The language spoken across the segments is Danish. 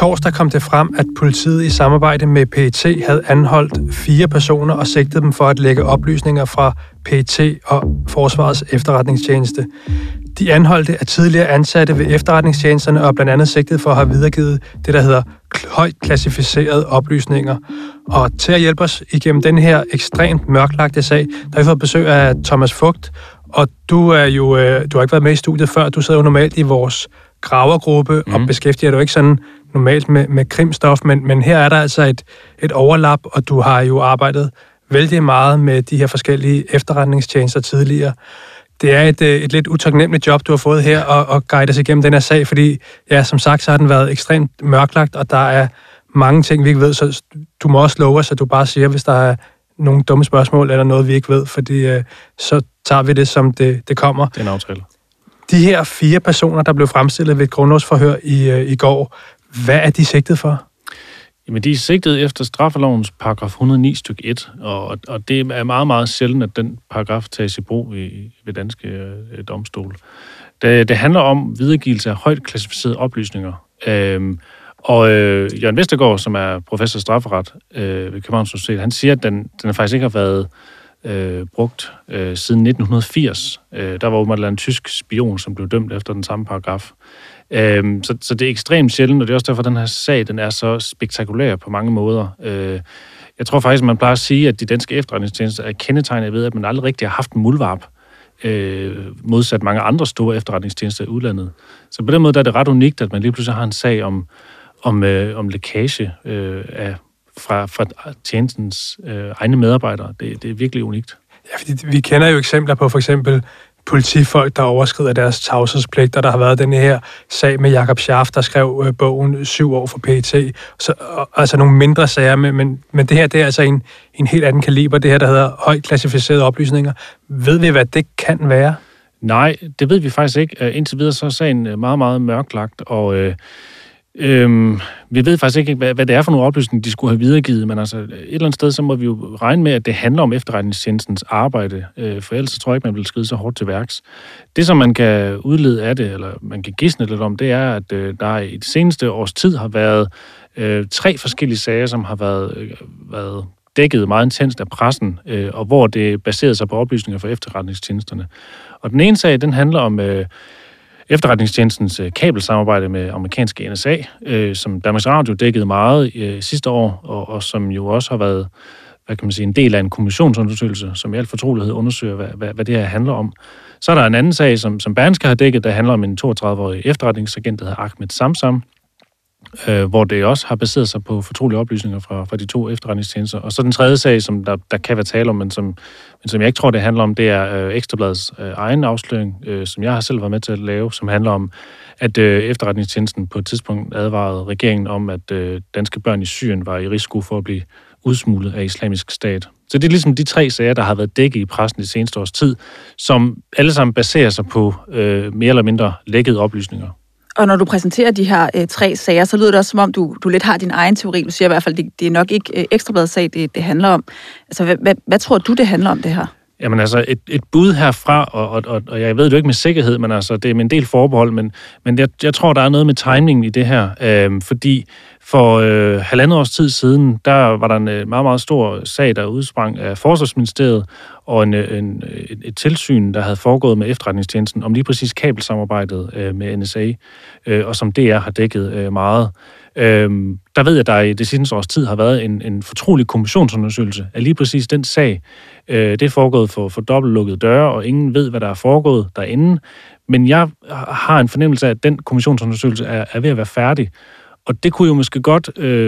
torsdag kom det frem, at politiet i samarbejde med PET havde anholdt 4 personer og sigtet dem for at lægge oplysninger fra PET og Forsvarets efterretningstjeneste. De anholdte er tidligere ansatte ved efterretningstjenesterne og blandt andet sigtet for at have videregivet det, der hedder højt klassificerede oplysninger. Og til at hjælpe os igennem den her ekstremt mørklagte sag, der har vi fået besøg af Thomas Vogt, og du har ikke været med i studiet før. Du sidder jo normalt i vores gravergruppe og beskæftiger dig ikke sådan normalt med krimstof, men her er der altså et overlap, og du har jo arbejdet vældig meget med de her forskellige efterretningstjenester tidligere. Det er et lidt utaknemmeligt job, du har fået her, og guide os igennem den her sag, fordi, ja, som sagt, så har den været ekstremt mørklagt, og der er mange ting, vi ikke ved, så du må også love os, at du bare siger, hvis der er nogle dumme spørgsmål, eller noget, vi ikke ved, fordi så tager vi det, som det kommer. Det er en aftale. De her 4 personer, der blev fremstillet ved et grundlovsforhør i går, hvad er de sigtet for? Jamen, de er sigtet efter straffelovens paragraf 109 stykke 1, og det er meget, meget sjældent, at den paragraf tages i brug ved danske domstole. Det handler om videregivelse af højt klassificerede oplysninger. Jørgen Vestergaard, som er professor i strafferet ved Københavns Universitet, han siger, at den faktisk ikke har været brugt siden 1980. Der var jo en tysk spion, som blev dømt efter den samme paragraf. Så det er ekstremt sjældent, og det er også derfor, at den her sag den er så spektakulær på mange måder. Jeg tror faktisk, man plejer at sige, at de danske efterretningstjenester er kendetegnet ved, at man aldrig rigtig har haft en muldvarp, modsat mange andre store efterretningstjenester i udlandet. Så på den måde der er det ret unikt, at man lige pludselig har en sag om lækage fra tjenestens egne medarbejdere. Det er virkelig unikt. Ja, fordi vi kender jo eksempler på for eksempel politifolk, der overskrider deres tavshedspligter. Der har været den her sag med Jakob Scharf, der skrev bogen 7 år for PET. Så, altså nogle mindre sager, men det her, det er altså en helt anden kaliber, det her, der hedder højt klassificerede oplysninger. Ved vi, hvad det kan være? Nej, det ved vi faktisk ikke. Indtil videre så er sagen meget, meget mørklagt, og vi ved faktisk ikke, hvad det er for nogle oplysninger, de skulle have videregivet, men altså et eller andet sted, så må vi jo regne med, at det handler om efterretningstjenestens arbejde, for ellers tror jeg ikke, man vil skride så hårdt til værks. Det, som man kan udlede af det, eller man kan gisne lidt om, det er, at der i det seneste års tid har været 3 forskellige sager, som har været dækket meget intenst af pressen, og hvor det baserede sig på oplysninger fra efterretningstjenesterne. Og den ene sag, den handler om efterretningstjenestens kabelsamarbejde med amerikanske NSA, som Danmarks Radio dækkede meget sidste år, og som jo også har været, en del af en kommissionsundersøgelse, som i al fortrolighed undersøger, hvad det her handler om. Så er der en anden sag, som Berlingske har dækket, der handler om en 32-årig efterretningsagent, der hedder Ahmed Samsam, hvor det også har baseret sig på fortrolige oplysninger fra de 2 efterretningstjenester. Og så den tredje sag, som der kan være tale om, men som jeg ikke tror, det handler om, det er Ekstra Bladets egen afsløring, som jeg har selv været med til at lave, som handler om, at efterretningstjenesten på et tidspunkt advarede regeringen om, at danske børn i Syrien var i risiko for at blive udsmuglet af Islamisk Stat. Så det er ligesom de 3 sager, der har været dækket i pressen de seneste års tid, som alle sammen baserer sig på mere eller mindre lækkede oplysninger. Og når du præsenterer de her 3 sager, så lyder det også, som om du lidt har din egen teori. Du siger i hvert fald, det er nok ikke Ekstra Bladets sag, det handler om. Altså, hvad tror du, det handler om, det her? Jamen altså, et bud herfra, og jeg ved det jo ikke med sikkerhed, men altså, det er med en del forbehold, men jeg tror, der er noget med timingen i det her, fordi for 1,5 års tid siden, der var der en meget, meget stor sag, der udsprang af Forsvarsministeriet, og et tilsyn, der havde foregået med efterretningstjenesten om lige præcis kabelsamarbejdet med NSA, og som DR har dækket meget. Der ved jeg, at der i det sidste års tid har været en fortrolig kommissionsundersøgelse af lige præcis den sag. Det er foregået for dobbeltlukkede døre, og ingen ved, hvad der er foregået derinde. Men jeg har en fornemmelse af, at den kommissionsundersøgelse er ved at være færdig. Og det kunne jo måske godt,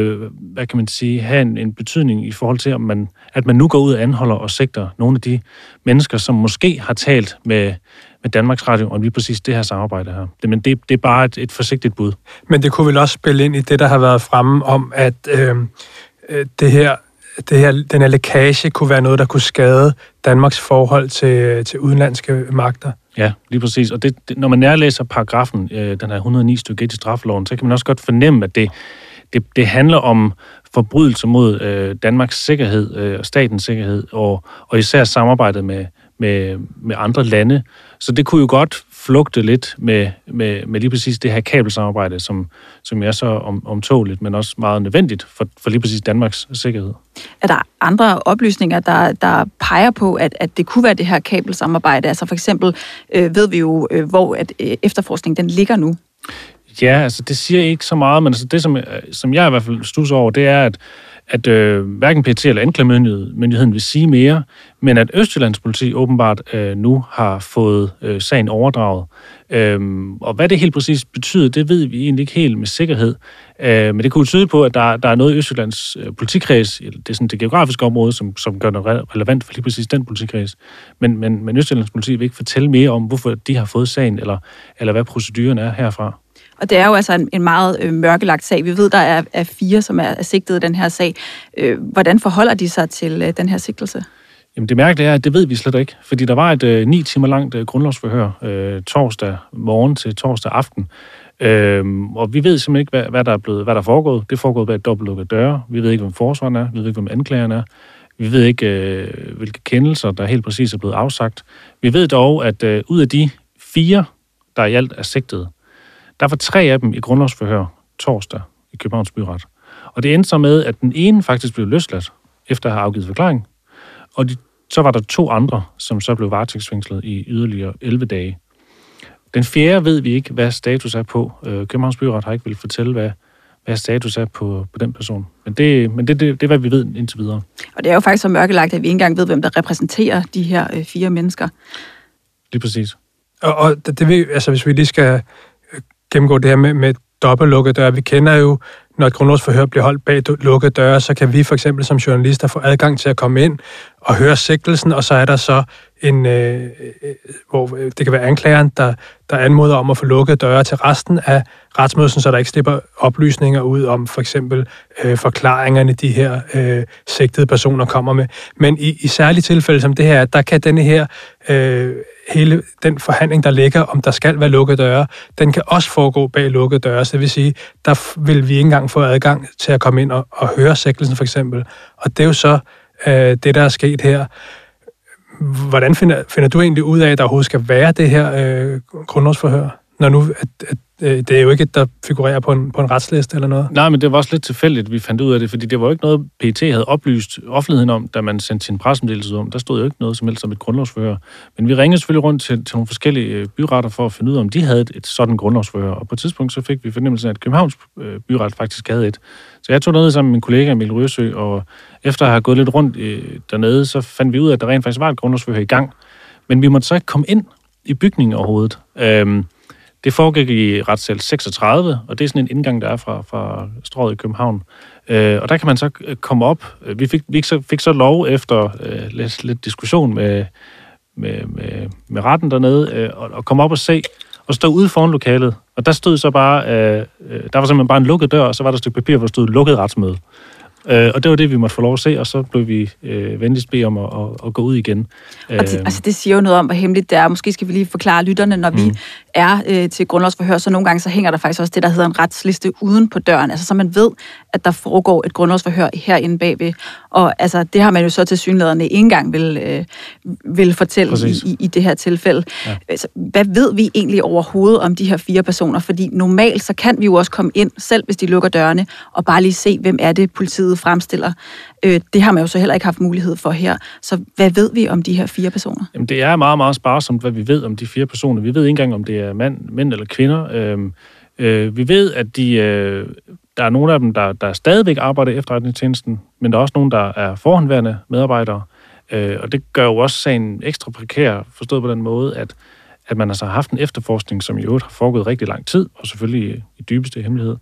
have en betydning i forhold til, at man nu går ud og anholder og sigter nogle af de mennesker, som måske har talt med Danmarks Radio om lige præcis det her samarbejde her. Men det er bare et forsigtigt bud. Men det kunne vel også spille ind i det, der har været fremme om, at den her lækage kunne være noget, der kunne skade Danmarks forhold til udenlandske magter. Ja, lige præcis. Og når man nærlæser paragrafen, den her 109 stykke 1 i straffeloven, så kan man også godt fornemme, at det handler om forbrydelser mod Danmarks sikkerhed og statens sikkerhed, og især samarbejdet med med andre lande. Så det kunne jo godt flugte lidt med lige præcis det her kabelsamarbejde, som er så omtåligt, men også meget nødvendigt for lige præcis Danmarks sikkerhed. Er der andre oplysninger, der peger på, at det kunne være det her kabelsamarbejde? Altså for eksempel ved vi jo, hvor at efterforskningen den ligger nu. Ja, altså det siger ikke så meget, men altså det, som jeg i hvert fald stusser over, det er, at hverken PET eller anklagemyndigheden vil sige mere, men at Østjyllands politi åbenbart nu har fået sagen overdraget. Og hvad det helt præcis betyder, det ved vi egentlig ikke helt med sikkerhed. Men det kunne tyde på, at der er noget i Østjyllands politikreds, det er sådan det geografiske område, som gør det relevant for lige præcis den politikreds. Men Østjyllands politi vil ikke fortælle mere om, hvorfor de har fået sagen, eller hvad proceduren er herfra. Og det er jo altså en meget mørkelagt sag. Vi ved, der er 4, som er sigtet i den her sag. Hvordan forholder de sig til den her sigtelse? Jamen det mærkelige er, at det ved vi slet ikke. Fordi der var et 9 timer langt grundlovsforhør torsdag morgen til torsdag aften. Og vi ved simpelthen ikke, hvad der er foregået. Det er foregået bag dobbeltlukkede døre. Vi ved ikke, hvem forsvaren er. Vi ved ikke, hvem anklageren er. Vi ved ikke, hvilke kendelser, der helt præcis er blevet afsagt. Vi ved dog, at ud af de 4, der i alt er sigtet, der var 3 af dem i grundlovsforhør torsdag i Københavns Byret. Og det endte så med, at den ene faktisk blev løsladt efter at have afgivet forklaring, og så var der 2 andre, som så blev varetægtsfængslet i yderligere 11 dage. Den 4. ved vi ikke, hvad status er på. Københavns Byret har ikke vil fortælle, hvad status er på den person. Men det er, hvad vi ved indtil videre. Og det er jo faktisk så mørkelagt, at vi ikke engang ved, hvem der repræsenterer de her 4 mennesker. Lige præcis. Og det vil, altså hvis vi lige skal gennemgå det her med dobbeltlukkede døre. Vi kender jo, når et grundlovsforhør bliver holdt bag lukkede døre, så kan vi for eksempel som journalister få adgang til at komme ind og høre sigtelsen, og så er der så en, hvor det kan være anklageren, der anmoder om at få lukkede døre til resten af retsmødet, så der ikke slipper oplysninger ud om for eksempel forklaringerne, de her sigtede personer kommer med. Men i særlige tilfælde som det her, der kan denne her hele den forhandling, der ligger, om der skal være lukkede døre, den kan også foregå bag lukkede døre. Så det vil sige, der vil vi ikke engang få adgang til at komme ind og høre sigtelsen for eksempel. Og det er jo så det, der er sket her. Hvordan finder du egentlig ud af, at der overhovedet skal være det her grundlovsforhør? Når nu, det er jo ikke et, der figurerer på en retsliste eller noget. Nej, men det var også lidt tilfældigt, vi fandt ud af det, fordi det var jo ikke noget, PET havde oplyst offentligheden om, da man sendte sin pressemeddelelse om. Der stod jo ikke noget som helst som et grundlovsforhør. Men vi ringede selvfølgelig rundt til nogle forskellige byretter for at finde ud af, om de havde et sådan grundlovsforhør. Og på et tidspunkt så fik vi fornemmelsen af, at Københavns byret faktisk havde et. Så jeg tog ned sammen med min kollega Emil Røsø, og efter at have gået lidt rundt dernede, så fandt vi ud af, at der rent faktisk var et grundlovsforhør i gang. Men vi måtte så ikke komme ind i bygningen overhovedet. Det foregik i retssal 36, og det er sådan en indgang, der er fra Strøget i København. Og der kan man så komme op. Vi fik så lov efter lidt diskussion med retten dernede, og komme op og se, og stå ude foran lokalet. Og der stod så bare, der var simpelthen bare en lukket dør, og så var der et stykke papir, hvor der stod lukket retsmøde. Og det var det, vi måtte få lov at se, og så blev vi venligst bedt om at gå ud igen. Altså det siger jo noget om, hvor hemmeligt det er. Måske skal vi lige forklare lytterne, når vi er til grundlovsforhør, så nogle gange så hænger der faktisk også det, der hedder en retsliste uden på døren. Altså så man ved, at der foregår et grundlovsforhør herinde bagved. Og altså det har man jo så tilsyneladende ikke engang vil fortælle i det her tilfælde. Ja. Altså, hvad ved vi egentlig overhovedet om de her 4 personer? Fordi normalt så kan vi jo også komme ind, selv hvis de lukker dørene, og bare lige se, hvem er det, politiet fremstiller. Det har man jo så heller ikke haft mulighed for her. Så hvad ved vi om de her 4 personer? Jamen, det er meget, meget sparsomt, hvad vi ved om de 4 personer. Vi ved ikke engang, om det er mænd eller kvinder. Vi ved, at der er nogle af dem, der stadigvæk arbejder i efterretningstjenesten, men der er også nogle, der er forhåndværende medarbejdere. Og det gør jo også sagen ekstra prekær, forstået på den måde, at man altså har haft en efterforskning, som i øvrigt har foregået rigtig lang tid, og selvfølgelig i dybeste hemmelighed,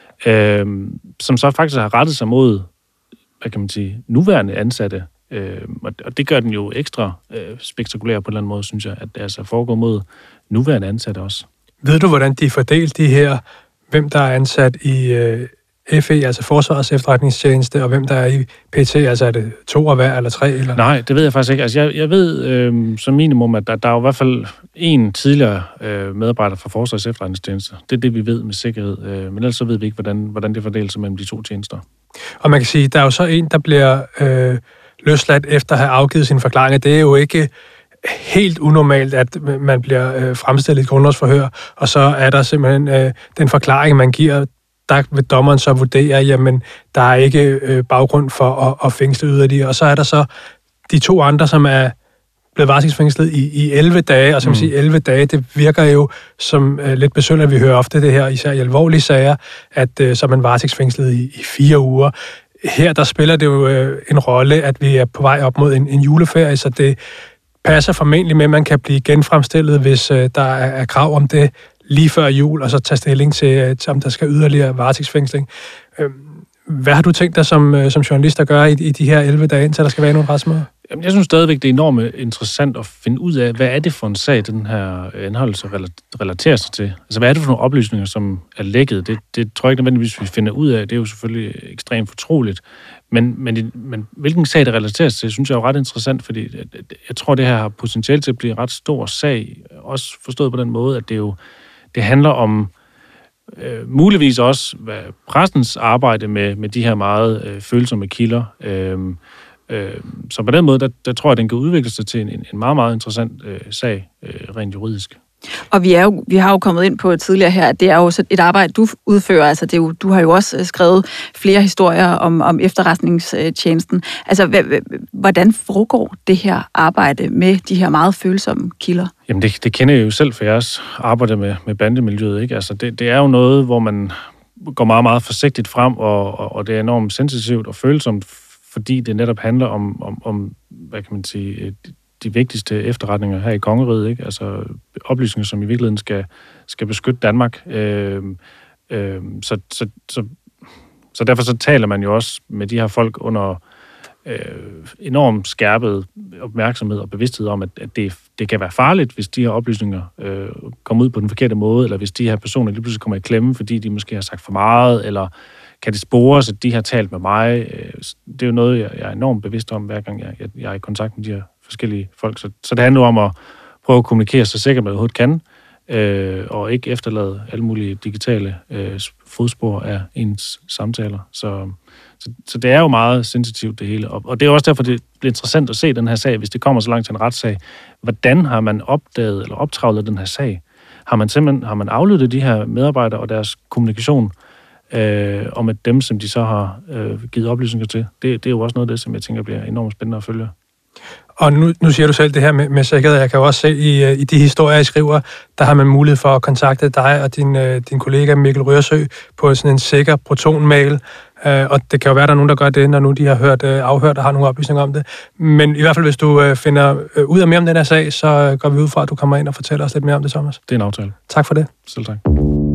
som så faktisk har rettet sig mod, hvad kan man sige, nuværende ansatte. Og det gør den jo ekstra spektakulær på en eller anden måde, synes jeg, at det altså foregår mod nuværende ansatte også. Ved du, hvordan de er fordelt, de her, hvem der er ansat i FE, altså Forsvarets Efterretningstjeneste, og hvem der er i PET, altså er det 2 af hver eller 3? Eller? Nej, det ved jeg faktisk ikke. Altså jeg ved som minimum, at der er i hvert fald en tidligere medarbejder fra Forsvarets Efterretningstjeneste. Det er det, vi ved med sikkerhed. Men ellers så ved vi ikke, hvordan det fordeler sig mellem de 2 tjenester. Og man kan sige, der er jo så en, der bliver løsladt efter at have afgivet sine forklaringer. Det er jo ikke helt unormalt, at man bliver fremstillet i et grundlovsforhør, og så er der simpelthen den forklaring, man giver, der vil dommeren så vurdere, jamen, der er ikke baggrund for at fængsle yderligere. Og så er der så de 2 andre, som er blevet varetægtsfængslet i 11 dage, og som siger 11 dage, det virker jo som lidt besynderligt, vi hører ofte det her, især i alvorlige sager, at så er man varetægtsfængslet i 4 uger. Her, der spiller det jo en rolle, at vi er på vej op mod en juleferie, så det passer formentlig med, at man kan blive genfremstillet, hvis der er krav om det lige før jul, og så tage stilling til om der skal yderligere varetægtsfængsling. Hvad har du tænkt dig som journalist at gøre i de her 11 dage, indtil der skal være nogle retsmøder? Jamen, jeg synes stadigvæk, det er enormt interessant at finde ud af, hvad er det for en sag, den her anholdelse relaterer sig til? Altså, hvad er det for nogle oplysninger, som er lækket? Det tror jeg ikke nødvendigvis, vi finder ud af. Det er jo selvfølgelig ekstremt fortroligt. Men hvilken sag det relaterer sig til, synes jeg er jo ret interessant, fordi jeg tror, det her har potentiale til at blive en ret stor sag, også forstået på den måde, at det handler om muligvis også pressens arbejde med de her meget følsomme kilder. Så på den måde, der tror jeg, den kan udvikle sig til en meget, meget interessant sag, rent juridisk. Og vi har jo kommet ind på tidligere her, at det er jo et arbejde, du udfører. Altså, det er jo, du har jo også skrevet flere historier om efterretningstjenesten. Altså, hvordan foregår det her arbejde med de her meget følsomme kilder? Jamen, det kender jeg jo selv, for jeres arbejde med bandemiljøet, ikke? Altså, det er jo noget, hvor man går meget, meget forsigtigt frem, og det er enormt sensitivt og følsomt, fordi det netop handler om hvad kan man sige, de vigtigste efterretninger her i kongeriget, ikke? Altså oplysninger, som i virkeligheden skal beskytte Danmark. Så derfor så taler man jo også med de her folk under enormt skærpet opmærksomhed og bevidsthed om, at det kan være farligt, hvis de her oplysninger kommer ud på den forkerte måde, eller hvis de her personer lige pludselig kommer i klemme, fordi de måske har sagt for meget, eller kan det spores, at de har talt med mig. Det er jo noget, jeg er enormt bevidst om, hver gang jeg er i kontakt med de her forskellige folk. Så det handler om at prøve at kommunikere så sikkert, man overhovedet kan, og ikke efterlade alle mulige digitale fodspor af ens samtaler. Så det er jo meget sensitivt, det hele. Og det er også derfor, det bliver interessant at se den her sag, hvis det kommer så langt til en retssag. Hvordan har man opdaget eller optravlet den her sag? Har man aflyttet de her medarbejdere og deres kommunikation om at dem, som de så har givet oplysninger til? Det er jo også noget af det, som jeg tænker bliver enormt spændende at følge. Og nu siger du selv det her med sikkerhed. Jeg kan jo også se i de historier, I skriver, der har man mulighed for at kontakte dig og din kollega Mikkel Rørsø på sådan en sikker protonmail. Og det kan jo være, der er nogen, der gør det, når nu de har hørt afhørt og har nogle oplysninger om det. Men i hvert fald, hvis du finder ud af mere om den her sag, så går vi ud fra, at du kommer ind og fortæller os lidt mere om det, Thomas. Det er en aftale. Tak for det. Selv tak.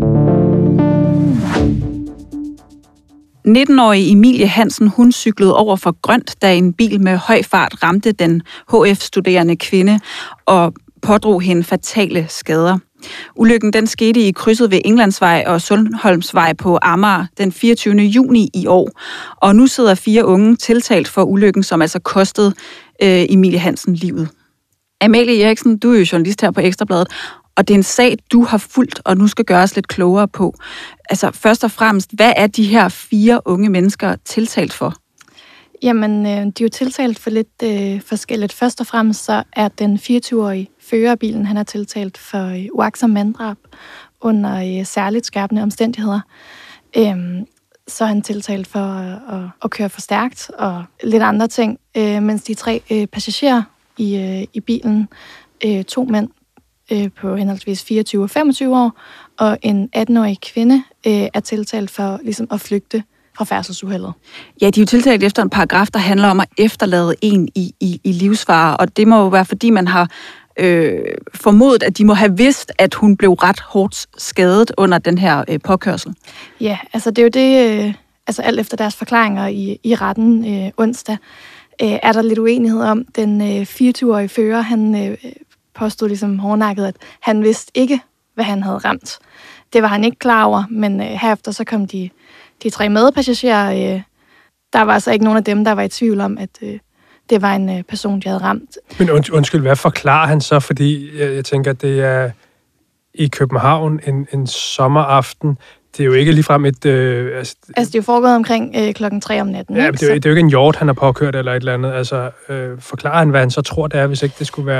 19-årige Emilie Hansen, hun cyklede over for grønt, da en bil med høj fart ramte den HF-studerende kvinde og pådrog hende fatale skader. Ulykken den skete i krydset ved Englandsvej og Sundholmsvej på Amager den 24. juni i år. Og nu sidder 4 unge tiltalt for ulykken, som altså kostede Emilie Hansen livet. Amalie Eriksen, du er jo journalist her på Ekstra Bladet, og det er en sag, du har fulgt, og nu skal gøres lidt klogere på. Altså først og fremmest, hvad er de her 4 unge mennesker tiltalt for? Jamen, de er jo tiltalt for lidt forskelligt. Først og fremmest så er den 24-årige fører af bilen, han er tiltalt for uagtsom manddrab under særligt skærpende omstændigheder. Så er han tiltalt for at køre for stærkt og lidt andre ting, mens de 3 passagerer i bilen, 2 mænd på henholdsvis 24 og 25 år, og en 18-årig kvinde er tiltalt for ligesom at flygte fra færdselsuheldet. Ja, de er jo tiltalt efter en paragraf, der handler om at efterlade en i livsfare, og det må jo være, fordi man har formodet, at de må have vidst, at hun blev ret hårdt skadet under den her påkørsel. Ja, altså det er jo det, altså alt efter deres forklaringer i retten onsdag, er der lidt uenighed om. Den 24-årige fører, han påstod ligesom hårdnakket, at han vidste ikke, hvad han havde ramt. Det var han ikke klar over, men herefter så kom de 3 medpassagerer. Der var altså ikke nogen af dem, der var i tvivl om, at det var en person, de havde ramt. Men undskyld, hvad forklarer han så? Fordi jeg tænker, at det er i København en sommeraften. Det er jo ikke ligefrem et... Altså, det er jo foregået omkring klokken 3 om natten. Ja, det er jo ikke en hjort, han har påkørt eller et eller andet. Altså, forklarer han, hvad han så tror, det er, hvis ikke det skulle være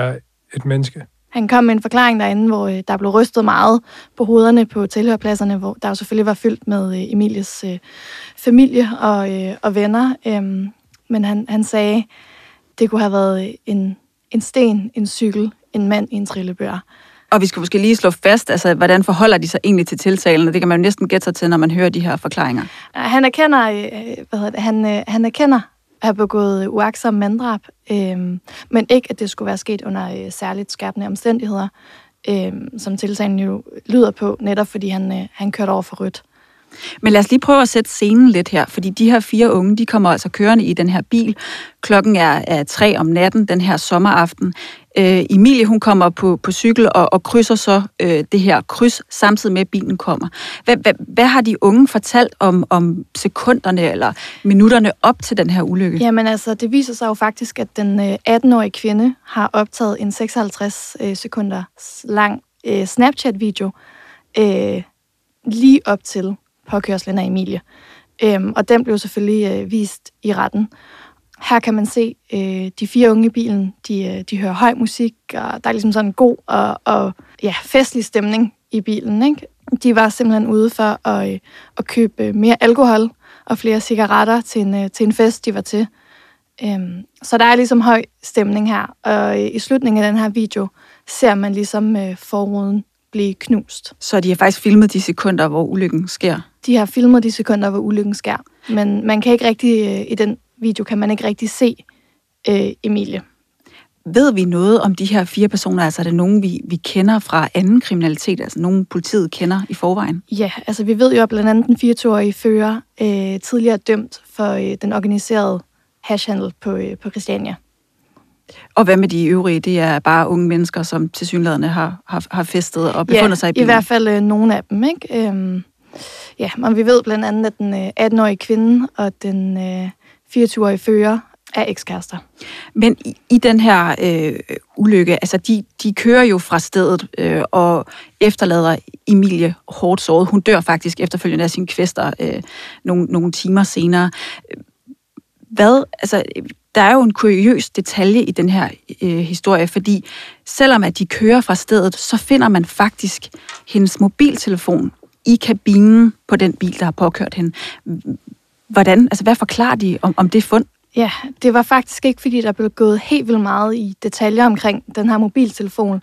et menneske. Han kom med en forklaring derinde, hvor der blev rystet meget på hovederne på tilhørpladserne, hvor der jo selvfølgelig var fyldt med Emilies familie og venner. Men han sagde, det kunne have været en sten, en cykel, en mand i en trillebør. Og vi skal måske lige slå fast, altså, hvordan forholder de sig egentlig til tiltalen? Og det kan man jo næsten gætte sig til, når man hører de her forklaringer. Han erkender at have begået uagtsomt manddrab, men ikke, at det skulle være sket under særligt skærpende omstændigheder, som tiltalen jo lyder på, netop fordi han kørte over for rødt. Men lad os lige prøve at sætte scenen lidt her, fordi de her 4 unge, de kommer altså kørende i den her bil. Klokken er 3 om natten, den her sommeraften. Emilie, hun kommer på cykel og krydser så det her kryds, samtidig med, at bilen kommer. Hvad har de unge fortalt om sekunderne eller minutterne op til den her ulykke? Jamen altså, det viser sig jo faktisk, at den 18-årige kvinde har optaget en 56 sekunder lang Snapchat-video lige op til påkørslen af Emilie. Og den blev selvfølgelig vist i retten. Her kan man se de 4 unge i bilen, de hører høj musik, og der er ligesom sådan en god og festlig stemning i bilen, ikke? De var simpelthen ude for at købe mere alkohol og flere cigaretter til en fest, de var til. Så der er ligesom høj stemning her, og i slutningen af den her video ser man ligesom forruden blive knust. Så de har faktisk filmet de sekunder, hvor ulykken sker? De har filmet de sekunder, hvor ulykken sker, men man kan ikke rigtig, i den video kan man ikke rigtig se Emilie. Ved vi noget om de her 4 personer? Altså er det nogen, vi kender fra anden kriminalitet? Altså nogen politiet kender i forvejen? Ja, altså vi ved jo, at blandt andet den 24-årige fører tidligere dømt for den organiserede hashhandel på Christiania. Og hvad med de øvrige? Det er bare unge mennesker, som tilsyneladende har festet og befundet sig i bilen? I hvert fald nogle af dem, ikke? Og vi ved blandt andet, at den 18-årige kvinde og den 24-årige fører er ekskærester. Men i den her ulykke, altså de kører jo fra stedet og efterlader Emilie hårdt såret. Hun dør faktisk efterfølgende af sine kvæster nogle timer senere. Der er jo en kuriøs detalje i den her historie, fordi selvom at de kører fra stedet, så finder man faktisk hendes mobiltelefon i kabinen på den bil, der har påkørt hende. Hvad forklarer de om det fund? Ja, det var faktisk ikke, fordi der blev gået helt vildt meget i detaljer omkring den her mobiltelefon,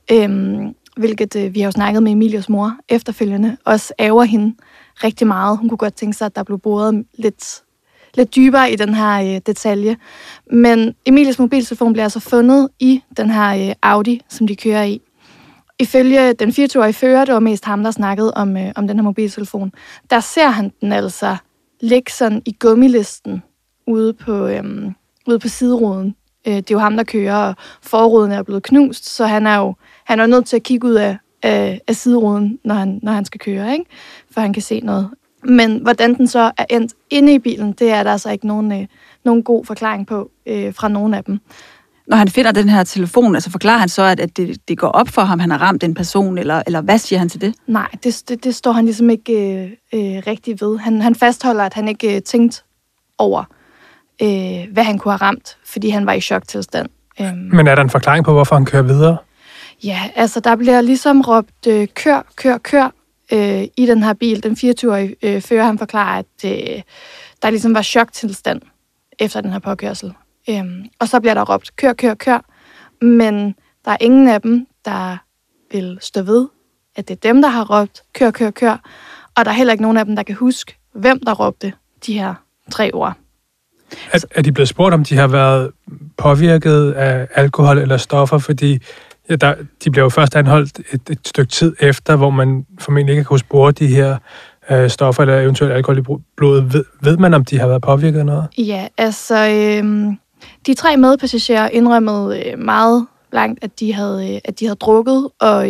hvilket vi har jo snakket med Emilies mor efterfølgende, også ærger hende rigtig meget. Hun kunne godt tænke sig, at der blev boret lidt dybere i den her detalje. Men Emilies mobiltelefon bliver altså fundet i den her Audi, som de kører i. Ifølge den 24-årige fører, det var mest ham, der snakkede om den her mobiltelefon, der ser han den altså ligge sådan i gummilisten ude på sideruden. Det er jo ham, der kører, og forruden er blevet knust, så han er nødt til at kigge ud af sideruden, når han skal køre, ikke? For han kan se noget. Men hvordan den så er endt inde i bilen, det er der altså ikke nogen god forklaring på fra nogen af dem. Når han finder den her telefon, altså forklarer han så, at det går op for ham, han har ramt en person, eller hvad siger han til det? Nej, det står han ligesom ikke rigtig ved. Han fastholder, at han ikke tænkte over, hvad han kunne have ramt, fordi han var i choktilstand. Men er der en forklaring på, hvorfor han kører videre? Ja, altså der bliver ligesom råbt kør i den her bil. Den 24-årige fører, han forklarer, at der ligesom var choktilstand efter den her påkørsel. Og så bliver der råbt kør, men der er ingen af dem, der vil stå ved, at det er dem, der har råbt kør, og der er heller ikke nogen af dem, der kan huske, hvem der råbte de her 3 ord. Er de blevet spurgt, om de har været påvirket af alkohol eller stoffer, fordi de blev jo først anholdt et stykke tid efter, hvor man formentlig ikke kan spore de her stoffer eller eventuelt alkohol i blodet. Ved man, om de har været påvirket af noget? Ja, altså de 3 medpassagerer indrømmede meget langt, at de havde drukket, og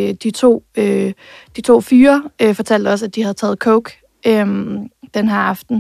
de to fyre fortalte også, at de havde taget coke den her aften.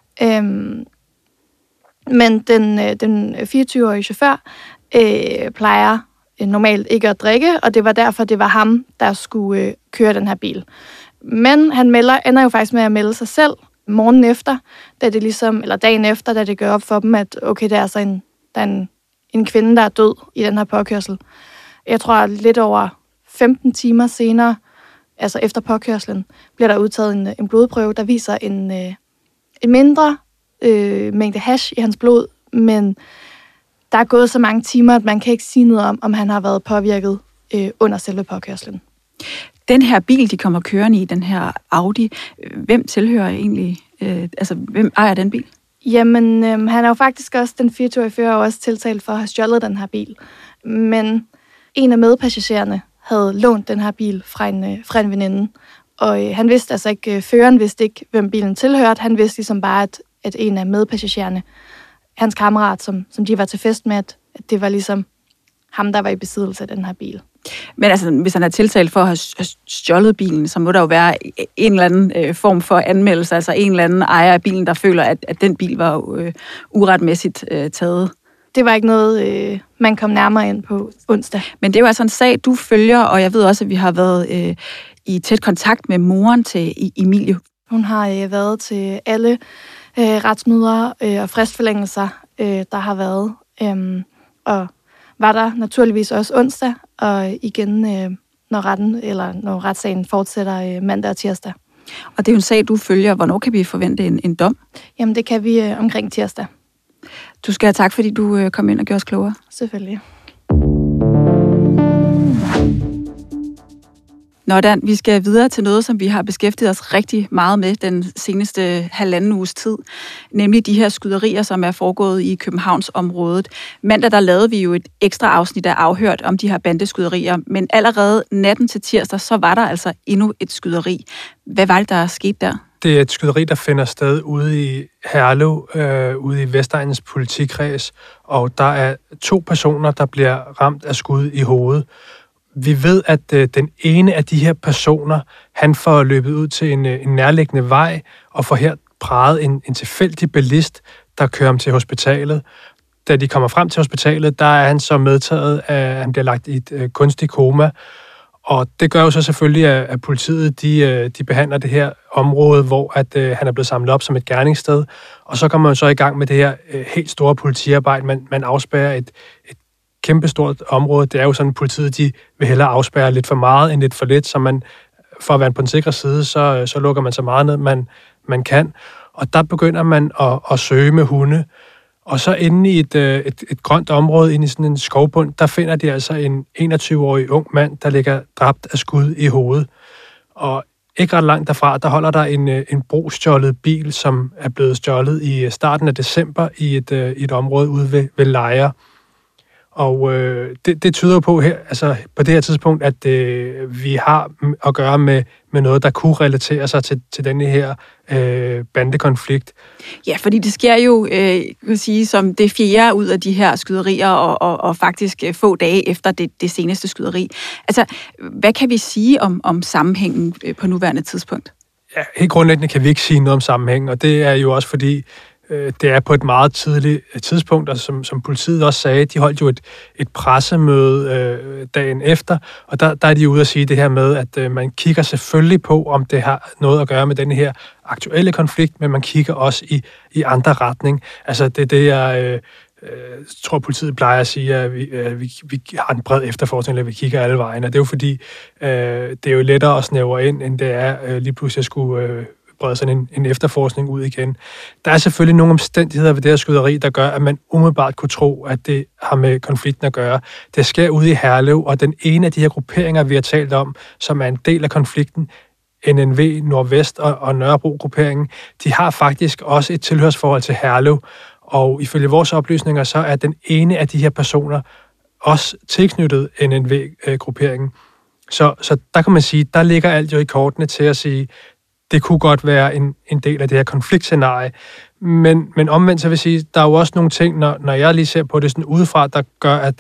Men den 24-årige chauffør plejer normalt ikke at drikke, og det var derfor, det var ham, der skulle køre den her bil. Men han ender jo faktisk med at melde sig selv morgenen efter, eller dagen efter, da det gør op for dem, at okay, der er altså en kvinde, der er død i den her påkørsel. jeg tror lidt over 15 timer senere, altså efter påkørslen, bliver der udtaget en blodprøve, der viser en mindre mængde hash i hans blod, men der er gået så mange timer, at man kan ikke sige noget om han har været påvirket under selve påkørslen. Den her bil, de kommer kørende i, den her Audi, hvem tilhører egentlig, hvem ejer den bil? Jamen, han er jo faktisk også, den 24-årige fører, også tiltalt for at have stjålet den her bil. Men en af medpassagererne havde lånt den her bil fra en veninde. Og han vidste altså ikke, føreren vidste ikke, hvem bilen tilhørte. Han vidste ligesom bare, at en af medpassagererne, hans kammerat, som de var til fest med, at det var ligesom ham, der var i besiddelse af den her bil. Men altså, hvis han er tiltalt for at have stjålet bilen, så må der jo være en eller anden form for anmeldelse, altså en eller anden ejer af bilen, der føler, at den bil var uretmæssigt taget. Det var ikke noget, man kom nærmere ind på onsdag. Men det er jo altså en sag, du følger, og jeg ved også, at vi har været i tæt kontakt med moren til Emilie. Hun har været til alle retsmøder og fristforlængelser, der har været. Og var der naturligvis også onsdag, og igen, når retssagen fortsætter mandag og tirsdag. Og det er jo en sag, du følger. Hvornår kan vi forvente en dom? Jamen, det kan vi omkring tirsdag. Du skal have tak, fordi du kom ind og gjorde os klogere. Selvfølgelig. Nå Dan, vi skal videre til noget, som vi har beskæftiget os rigtig meget med den seneste halvanden uges tid, nemlig de her skyderier, som er foregået i Københavnsområdet. Mandag der lavede vi jo et ekstra afsnit af Afhørt om de her bandeskyderier, men allerede natten til tirsdag, så var der altså endnu et skyderi. Hvad var det, der skete der? Det er et skyderi, der finder sted ude i Herlev, ude i Vestegnens politikreds, og der er 2 personer, der bliver ramt af skud i hovedet. Vi ved, at den ene af de her personer, han får løbet ud til en nærliggende vej, og får her praget en tilfældig bilist, der kører ham til hospitalet. Da de kommer frem til hospitalet, der er han så medtaget, at han bliver lagt i et kunstigt koma. Og det gør jo så selvfølgelig, at politiet de behandler det her område, hvor at han er blevet samlet op som et gerningssted. Og så kommer man så i gang med det her helt store politiarbejde. Man afspærrer et kæmpestort område. Det er jo sådan, at politiet de vil hellere afspærre lidt for meget end lidt for lidt, så man, for at være på den sikre side, så lukker man så meget ned, man kan. Og der begynder man at søge med hunde. Og så inde i et grønt område, inde i sådan en skovbund, der finder de altså en 21-årig ung mand, der ligger dræbt af skud i hovedet. Og ikke ret langt derfra, der holder der en brostjålet bil, som er blevet stjålet i starten af december i et område ude ved Lejre. Og det tyder på her, altså på det her tidspunkt, at vi har at gøre med noget, der kunne relatere sig til denne her bandekonflikt. Ja, fordi det sker jo, kan sige, som det 4. ud af de her skyderier, og faktisk få dage efter det seneste skyderi. Altså, hvad kan vi sige om sammenhængen på nuværende tidspunkt? Ja, helt grundlæggende kan vi ikke sige noget om sammenhængen, og det er jo også fordi, det er på et meget tidligt tidspunkt, og som politiet også sagde, de holdt jo et pressemøde dagen efter, og der er de ude at sige det her med, at man kigger selvfølgelig på, om det har noget at gøre med den her aktuelle konflikt, men man kigger også i andre retning. Altså det jeg tror, politiet plejer at sige, at vi har en bred efterforskning, eller vi kigger alle vejen, og det er jo fordi, det er jo lettere at snævre ind, end det er lige pludselig at skulle brede sådan en efterforskning ud igen. Der er selvfølgelig nogle omstændigheder ved det her skyderi, der gør, at man umiddelbart kunne tro, at det har med konflikten at gøre. Det sker ude i Herlev, og den ene af de her grupperinger, vi har talt om, som er en del af konflikten, NNV, Nordvest og Nørrebro-grupperingen, de har faktisk også et tilhørsforhold til Herlev, og ifølge vores oplysninger, så er den ene af de her personer også tilknyttet NNV-grupperingen. Så der kan man sige, der ligger alt jo i kortene til at sige, det kunne godt være en del af det her konfliktscenarie. Men omvendt så vil jeg sige, der er jo også nogle ting, når jeg lige ser på det sådan udefra, der gør, at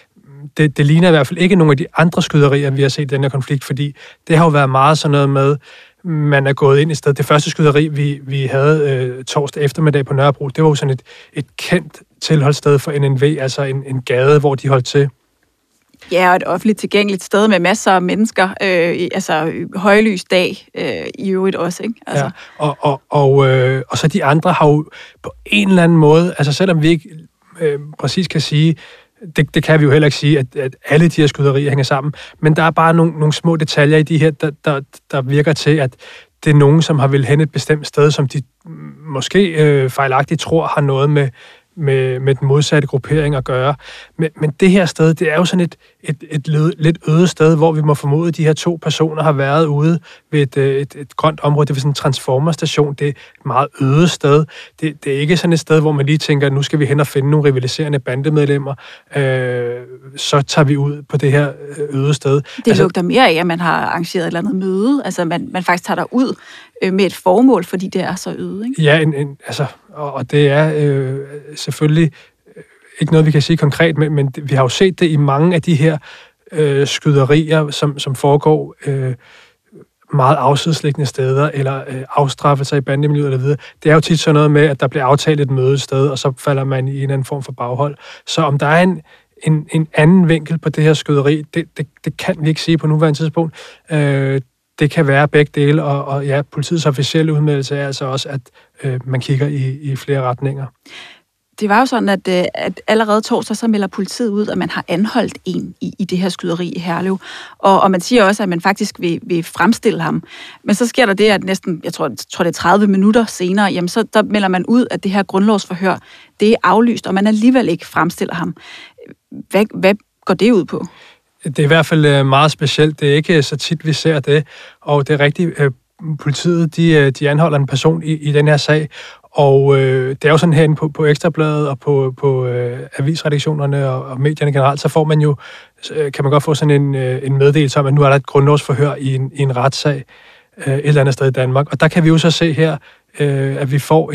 det ligner i hvert fald ikke nogle af de andre skyderier, vi har set i den her konflikt, fordi det har jo været meget sådan noget med, man er gået ind i stedet. Det første skyderi, vi havde torsdag eftermiddag på Nørrebro, det var jo sådan et kendt tilholdssted for NNV, altså en gade, hvor de holdt til. Ja, og et offentligt tilgængeligt sted med masser af mennesker, altså højlys dag i øvrigt også, ikke? Altså. Ja, og så de andre har jo på en eller anden måde, altså selvom vi ikke præcis kan sige, det kan vi jo heller ikke sige, at alle de her skyderier hænger sammen. Men der er bare nogle små detaljer i de her, der virker til, at det er nogen, som har vil hen et bestemt sted, som de måske fejlagtigt tror har noget med den modsatte gruppering at gøre. Men det her sted, det er jo sådan et lidt øde sted, hvor vi må formode, at de her 2 personer har været ude ved et grønt område. Det er sådan en transformerstation. Det er et meget øde sted. Det er ikke sådan et sted, hvor man lige tænker, at nu skal vi hen og finde nogle rivaliserende bandemedlemmer. Så tager vi ud på det her øde sted. Det lugter mere af, at man har arrangeret et eller andet møde. Altså, man faktisk tager derud med et formål, fordi det er så øde, ikke? Ja, og det er selvfølgelig ikke noget, vi kan sige konkret, men vi har jo set det i mange af de her skyderier, som foregår meget afsidesliggende steder, eller afstraffelser i bandemiljøet eller videre. Det er jo tit sådan noget med, at der bliver aftalt et mødested, og så falder man i en eller anden form for baghold. Så om der er en anden vinkel på det her skyderi, det kan vi ikke sige på nuværende tidspunkt. Det kan være begge dele, og ja, politiets officielle udmeldelse er altså også, at man kigger i flere retninger. Det var jo sådan, at allerede torsdag, så melder politiet ud, at man har anholdt en i det her skyderi i Herlev. Og man siger også, at man faktisk vil fremstille ham. Men så sker der det, at næsten, jeg tror det er 30 minutter senere, jamen så der melder man ud, at det her grundlovsforhør, det er aflyst, og man alligevel ikke fremstiller ham. Hvad går det ud på? Det er i hvert fald meget specielt. Det er ikke så tit, vi ser det. Og det er rigtigt, politiet de anholder en person i den her sag. Og det er jo sådan herinde på Ekstrabladet og på avisredaktionerne og medierne generelt, så får man jo, kan man godt få sådan en meddelelse om, at nu er der et grundlovsforhør i en retssag et eller andet sted i Danmark. Og der kan vi jo så se her, at vi får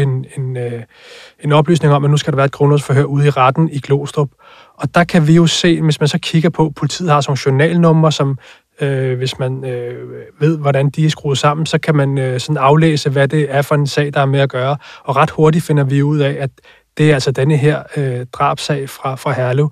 en oplysning om, at nu skal der være et grundlovsforhør ude i retten i Glostrup. Og der kan vi jo se, hvis man så kigger på, politiet har sådan journalnumre, som hvis man ved, hvordan de er skruet sammen, så kan man sådan aflæse, hvad det er for en sag, der er med at gøre. Og ret hurtigt finder vi ud af, at det er altså denne her drabsag fra Herlev,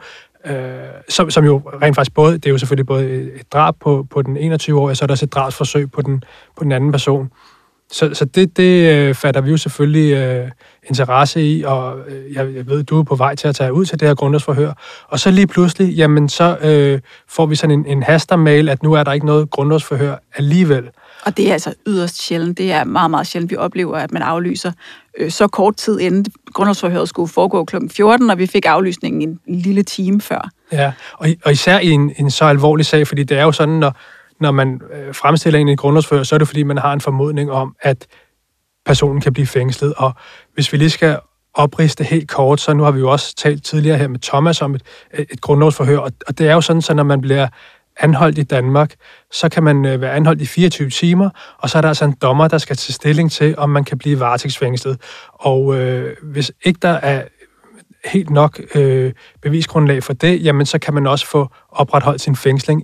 som jo rent faktisk det er jo selvfølgelig både et drab på den 21-årige, og så er der også et drabsforsøg på den anden person. Så det fatter vi jo selvfølgelig interesse i, og jeg ved, du er på vej til at tage ud til det her grundlovsforhør. Og så lige pludselig, jamen så får vi sådan en hastermail, at nu er der ikke noget grundlovsforhør alligevel. Og det er altså yderst sjældent. Det er meget, meget sjældent, vi oplever, at man aflyser så kort tid inden grundlovsforhøret skulle foregå kl. 14, og vi fik aflysningen en lille time før. Ja, og især i en så alvorlig sag, fordi det er jo sådan, når man fremstiller en i et grundlovsforhør, så er det fordi, man har en formodning om, at personen kan blive fængslet. Og hvis vi lige skal opriste helt kort, så nu har vi jo også talt tidligere her med Thomas om et grundlovsforhør, og det er jo sådan, så når man bliver anholdt i Danmark, så kan man være anholdt i 24 timer, og så er der altså en dommer, der skal tage stilling til, om man kan blive varetægtsfængslet. Og hvis ikke der er helt nok bevisgrundlag for det, jamen så kan man også få opretholdt sin fængsling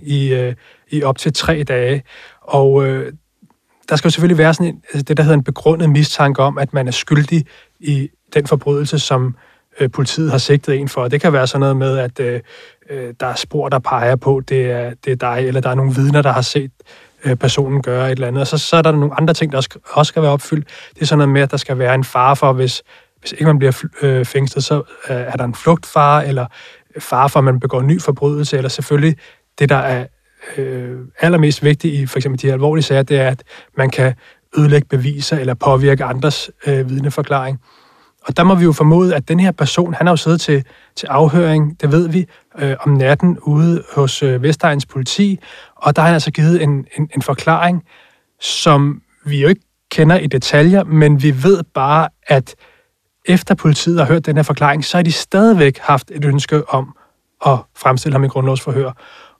i op til 3 dage. Og der skal jo selvfølgelig være sådan det, der hedder en begrundet mistanke om, at man er skyldig i den forbrydelse, som politiet har sigtet en for. Det kan være sådan noget med, at der er spor, der peger på, det er dig, eller der er nogle vidner, der har set personen gøre et eller andet. Og så er der nogle andre ting, der også skal være opfyldt. Det er sådan noget med, at der skal være en fare for, hvis ikke man bliver fængslet, så er der en flugtfare, eller fare for, at man begår ny forbrydelse, eller selvfølgelig det, der er allermest vigtigt i for eksempel de alvorlige sager, det er, at man kan ødelægge beviser eller påvirke andres vidneforklaring. Og der må vi jo formode, at den her person, han har jo siddet til afhøring, det ved vi, om natten ude hos Vestegns politi, og der har han altså givet en forklaring, som vi jo ikke kender i detaljer, men vi ved bare, at efter politiet har hørt den her forklaring, så har de stadigvæk haft et ønske om at fremstille ham i grundlovsforhør.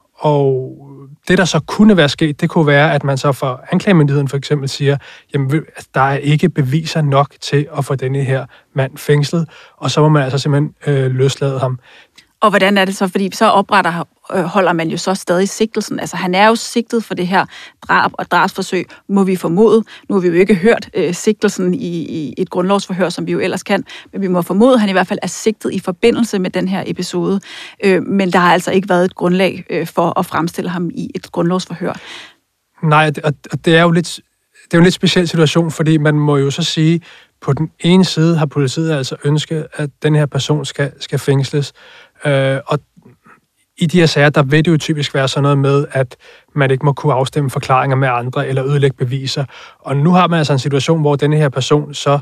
Og det, der så kunne være sket, det kunne være, at man så for anklagemyndigheden for eksempel siger, jamen, der er ikke beviser nok til at få denne her mand fængslet, og så må man altså simpelthen løslade ham. Og hvordan er det så? Fordi så holder man jo så stadig sigtelsen. Altså, han er jo sigtet for det her drab og drabsforsøg, må vi formode. Nu har vi jo ikke hørt sigtelsen i et grundlovsforhør, som vi jo ellers kan, men vi må formode, at han i hvert fald er sigtet i forbindelse med den her episode. Men der har altså ikke været et grundlag for at fremstille ham i et grundlovsforhør. Nej, og det er jo en lidt speciel situation, fordi man må jo så sige, på den ene side har politiet altså ønsket, at den her person skal fængsles. Og i de her sager, der vil det jo typisk være sådan noget med, at man ikke må kunne afstemme forklaringer med andre eller ødelægge beviser. Og nu har man altså en situation, hvor denne her person så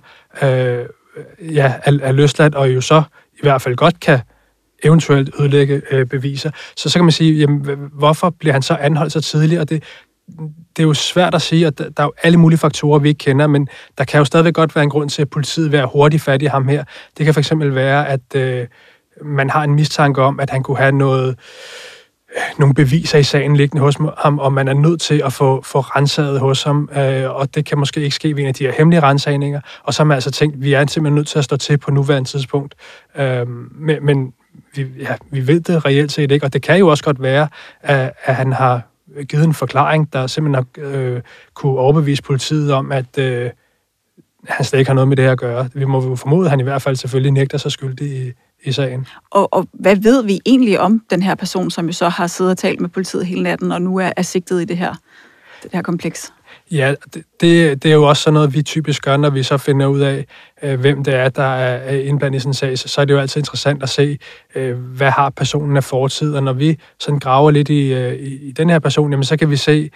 er løsladt, og jo så i hvert fald godt kan eventuelt ødelægge beviser. Så kan man sige, jamen, hvorfor bliver han så anholdt så tidligt? Og det er jo svært at sige, og der er jo alle mulige faktorer, vi ikke kender, men der kan jo stadigvæk godt være en grund til, at politiet vil være hurtigt fat i ham her. Det kan fx være, at man har en mistanke om, at han kunne have nogle beviser i sagen liggende hos ham, og man er nødt til at få renset hos ham, og det kan måske ikke ske ved en af de her hemmelige rensagninger, og så har man altså tænkt, vi er simpelthen nødt til at stå til på nuværende tidspunkt. Men vi ved det reelt set ikke, og det kan jo også godt være, at han har givet en forklaring, der simpelthen har kunne overbevise politiet om, at han slet ikke har noget med det her at gøre. Vi må jo formode, at han i hvert fald selvfølgelig nægter sig skyldig i sagen. Og hvad ved vi egentlig om den her person, som jo så har siddet og talt med politiet hele natten, og nu er sigtet i det her kompleks? Ja, det er jo også sådan noget, vi typisk gør, når vi så finder ud af, hvem det er, der er indblandet i sådan en sag. Så er det jo altid interessant at se, hvad har personen af fortid. Og når vi sådan graver lidt i den her person, jamen, så kan vi se,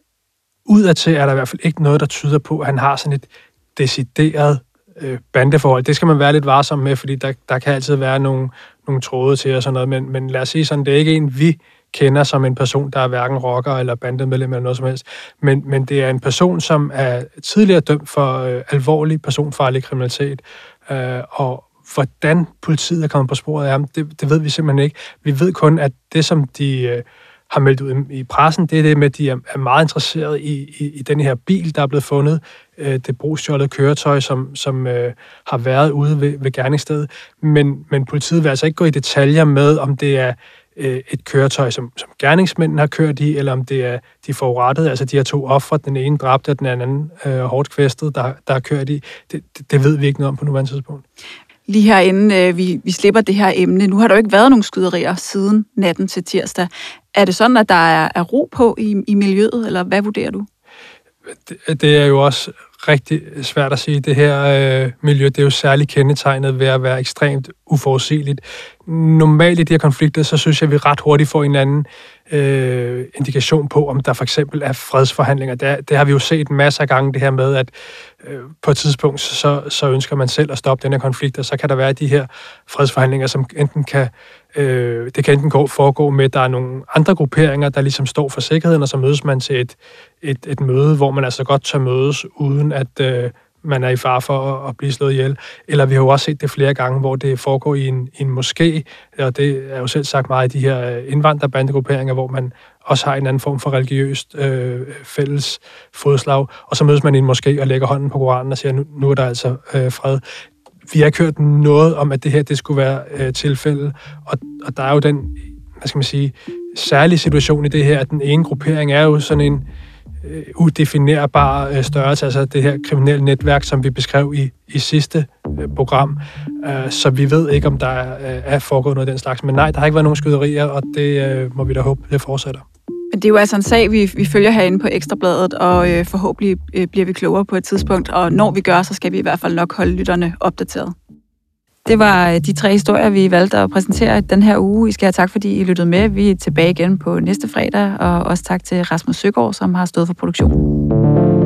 udadtil er der i hvert fald ikke noget, der tyder på, at han har sådan et decideret bandeforhold. Det skal man være lidt varsom med, fordi der kan altid være nogle tråde til og sådan noget, men lad os sige sådan, det er ikke en, vi kender som en person, der er hverken rocker eller bandemedlem eller noget som helst, men det er en person, som er tidligere dømt for alvorlig personfarlig kriminalitet, og hvordan politiet er kommet på sporet af ham, det ved vi simpelthen ikke. Vi ved kun, at det, som de har meldt ud i pressen, det er det med, at de er meget interesserede i den her bil, der er blevet fundet, det brugsstjålede køretøj, som har været ude ved gerningsstedet. Men politiet vil altså ikke gå i detaljer med, om det er et køretøj, som gerningsmændene har kørt i, eller om det er de forurettede, altså de her 2 ofre, den ene dræbte, og den anden hårdt kvæstet, der har kørt i. Det ved vi ikke noget om på nuværende tidspunkt. Lige herinde, vi slipper det her emne. Nu har der jo ikke været nogen skyderier siden natten til tirsdag. Er det sådan, at der er ro på i miljøet, eller hvad vurderer du? Det er jo også rigtig svært at sige. Det her miljø, det er jo særligt kendetegnet ved at være ekstremt uforudsigeligt. Normalt i de her konflikter, så synes jeg, at vi ret hurtigt får en eller anden indikation på, om der for eksempel er fredsforhandlinger. Det har vi jo set masser af gange, det her med, at på et tidspunkt, så ønsker man selv at stoppe den her konflikt, og så kan der være de her fredsforhandlinger, som enten kan foregå med, at der er nogle andre grupperinger, der ligesom står for sikkerheden, og så mødes man til et møde, hvor man altså godt tør mødes, uden at man er i fare for at blive slået ihjel. Eller vi har jo også set det flere gange, hvor det foregår i en moské, og det er jo selv sagt meget i de her indvandrerbandegrupperinger, hvor man også har en anden form for religiøst fælles fodslag, og så mødes man i en moské og lægger hånden på Koranen og siger, nu er der altså fred. Vi har ikke hørt noget om, at det her det skulle være tilfældet, og der er jo den, hvad skal man sige, særlige situation i det her, at den ene gruppering er jo sådan en udefinerbar størrelse, altså det her kriminelle netværk, som vi beskrev i sidste program. Så vi ved ikke, om der er foregået noget af den slags. Men nej, der har ikke været nogen skyderier, og det må vi da håbe, det fortsætter. Men det er jo altså en sag, vi følger herinde på Ekstrabladet, og forhåbentlig bliver vi klogere på et tidspunkt. Og når vi gør, så skal vi i hvert fald nok holde lytterne opdateret. Det var de 3 historier, vi valgte at præsentere den her uge. I skal have tak, fordi I lyttede med. Vi er tilbage igen på næste fredag, og også tak til Rasmus Søgaard, som har stået for produktionen.